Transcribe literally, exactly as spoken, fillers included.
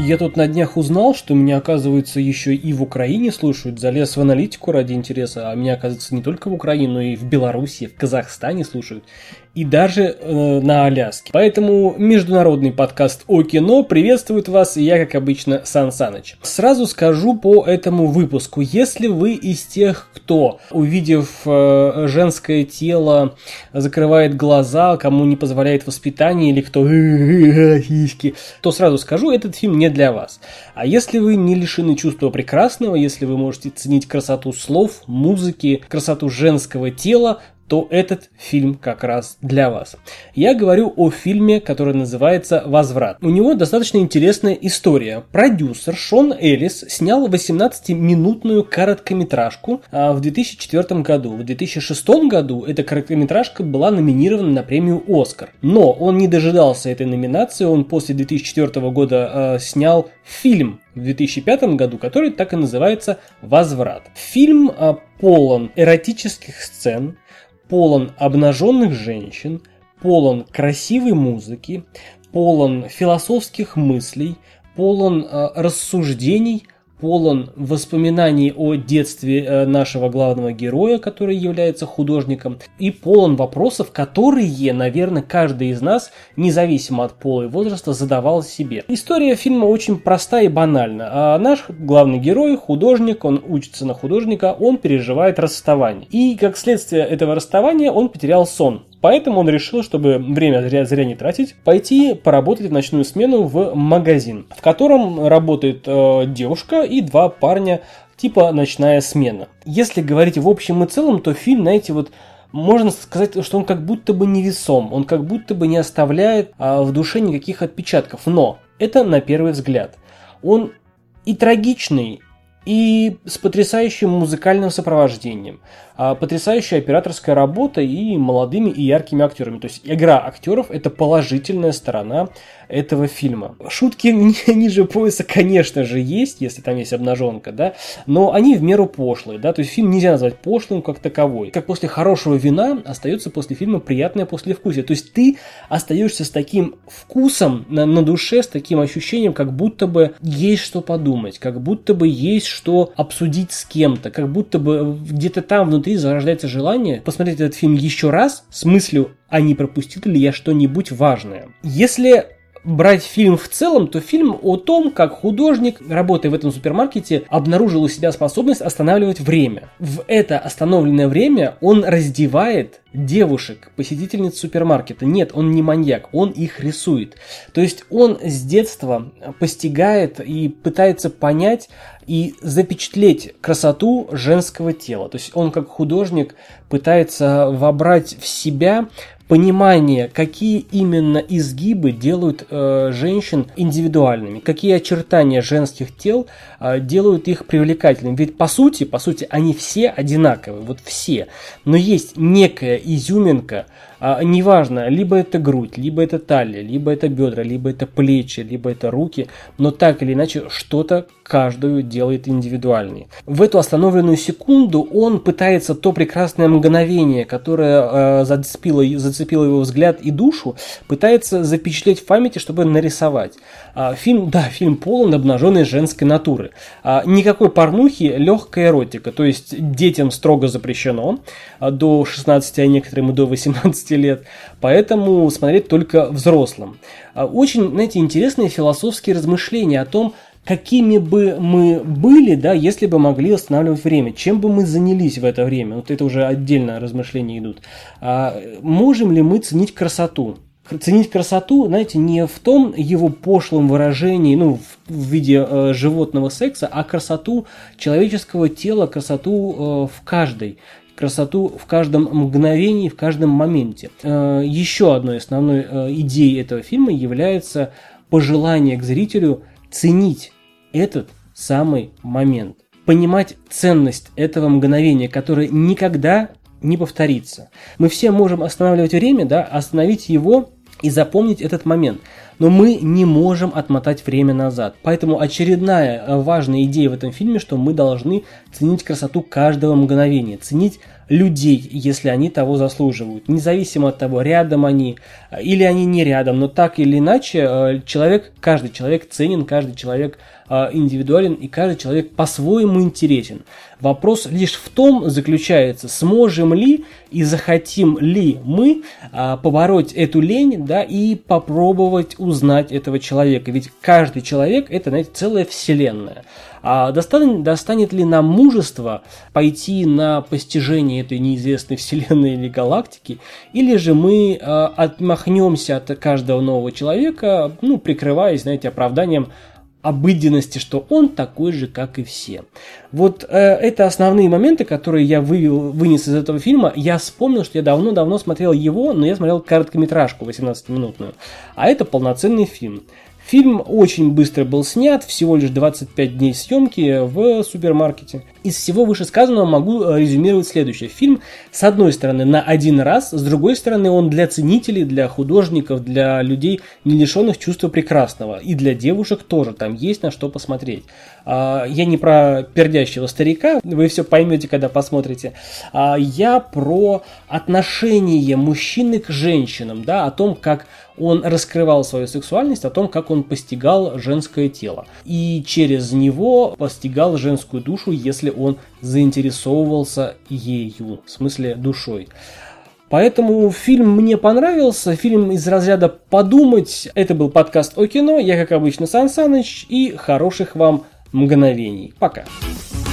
Я тут на днях узнал, что меня, оказывается, еще и в Украине слушают. Залез в аналитику ради интереса, а меня, оказывается, не только в Украине, но и в Беларуси, в Казахстане слушают. И даже э, на Аляске. Поэтому международный подкаст о кино приветствует вас, и я, как обычно, Сан Саныч. Сразу скажу по этому выпуску. Если вы из тех, кто, увидев э, женское тело, закрывает глаза, кому не позволяет воспитание, или кто сиськи, то сразу скажу, этот фильм не для вас. А если вы не лишены чувства прекрасного, если вы можете ценить красоту слов, музыки, красоту женского тела, то этот фильм как раз для вас. Я говорю о фильме, который называется «Возврат». У него достаточно интересная история. Продюсер Шон Эллис снял восемнадцатиминутную короткометражку в две тысячи четвёртом году. В две тысячи шестом году эта короткометражка была номинирована на премию «Оскар». Но он не дожидался этой номинации, он после две тысячи четвёртого года э, снял фильм в две тысячи пятом году, который так и называется «Возврат». Фильм э, полон эротических сцен, полон обнаженных женщин, полон красивой музыки, полон философских мыслей, полон э, рассуждений, полон воспоминаний о детстве э, нашего главного героя, который является художником, и полон вопросов, которые, наверное, каждый из нас, независимо от пола и возраста, задавал себе. История фильма очень проста и банальна. А наш главный герой, художник, он учится на художника, он переживает расставание. И, как следствие этого расставания, он потерял сон. Поэтому он решил, чтобы время зря, зря не тратить, пойти поработать в ночную смену в магазин, в котором работает э, девушка и два парня, типа ночная смена. Если говорить в общем и целом, то фильм, знаете, вот можно сказать, что он как будто бы невесом, он как будто бы не оставляет а, в душе никаких отпечатков. Но это на первый взгляд. Он и трагичный, и с потрясающим музыкальным сопровождением, потрясающая операторская работа и молодыми и яркими актерами. То есть игра актеров – это положительная сторона этого фильма. Шутки ниже пояса, конечно же, есть, если там есть обнаженка, да, но они в меру пошлые, да, то есть фильм нельзя назвать пошлым как таковой. Как после хорошего вина остается после фильма приятное послевкусие. То есть ты остаешься с таким вкусом на, на душе, с таким ощущением, как будто бы есть что подумать, как будто бы есть что обсудить с кем-то, как будто бы где-то там внутри зарождается желание посмотреть этот фильм еще раз с мыслью, а не пропустил ли я что-нибудь важное. Если брать фильм в целом, то фильм о том, как художник, работая в этом супермаркете, обнаружил у себя способность останавливать время. В это остановленное время он раздевает девушек, посетительниц супермаркета. Нет, он не маньяк, он их рисует. То есть он с детства постигает и пытается понять и запечатлеть красоту женского тела. То есть он как художник пытается вобрать в себя понимание, какие именно изгибы делают э, женщин индивидуальными, какие очертания женских тел э, делают их привлекательными. Ведь по сути, по сути, они все одинаковые, вот все. Но есть некая изюминка, э, неважно, либо это грудь, либо это талия, либо это бедра, либо это плечи, либо это руки, но так или иначе что-то каждую делает индивидуальной. В эту остановленную секунду он пытается то прекрасное мгновение, которое э, зацепило, зацепило его взгляд и душу, пытается запечатлеть в памяти, чтобы нарисовать. А, фильм, да, фильм полон обнаженной женской натуры. А, никакой порнухи, легкая эротика, то есть детям строго запрещено а, до шестнадцати, а некоторым и до восемнадцати лет, поэтому смотреть только взрослым. А, очень, знаете, интересные философские размышления о том, какими бы мы были, да, если бы могли останавливать время, чем бы мы занялись в это время, вот это уже отдельно размышления идут. А можем ли мы ценить красоту? Ценить красоту, знаете, не в том его пошлом выражении, ну, в, в виде э, животного секса, а красоту человеческого тела, красоту э, в каждой. Красоту в каждом мгновении, в каждом моменте. Э, еще одной основной э, идеей этого фильма является пожелание к зрителю ценить этот самый момент, понимать ценность этого мгновения, которое никогда не повторится. Мы все можем останавливать время, да, остановить его и запомнить этот момент, но мы не можем отмотать время назад. Поэтому очередная важная идея в этом фильме, что мы должны ценить красоту каждого мгновения, ценить людей, если они того заслуживают. Независимо от того, рядом они или они не рядом, но так или иначе человек, каждый человек ценен, каждый человек индивидуален и каждый человек по-своему интересен. Вопрос лишь в том заключается, сможем ли и захотим ли мы а, побороть эту лень, да, и попробовать узнать этого человека. Ведь каждый человек это, знаете, целая вселенная. А достанет, достанет ли нам мужество пойти на постижение этой неизвестной вселенной или галактики, или же мы а, отмахнемся от каждого нового человека, ну, прикрываясь, знаете, оправданием обыденности, что он такой же, как и все. Вот э, это основные моменты, которые я вывел, вынес из этого фильма. Я вспомнил, что я давно-давно смотрел его, но я смотрел короткометражку восемнадцатиминутную. А это полноценный фильм. Фильм очень быстро был снят, всего лишь двадцать пять дней съемки в супермаркете. Из всего вышесказанного могу резюмировать следующее. Фильм, с одной стороны, на один раз, с другой стороны, он для ценителей, для художников, для людей, не лишенных чувства прекрасного. И для девушек тоже, там есть на что посмотреть. Я не про пердящего старика, вы все поймете, когда посмотрите. Я про отношение мужчины к женщинам, да, о том, как он раскрывал свою сексуальность, о том, как он постигал женское тело. И через него постигал женскую душу, если он заинтересовывался ею, в смысле душой. Поэтому фильм мне понравился, фильм из разряда «подумать». Это был подкаст о кино, я, как обычно, Сан Саныч, и хороших вам мгновений. Пока.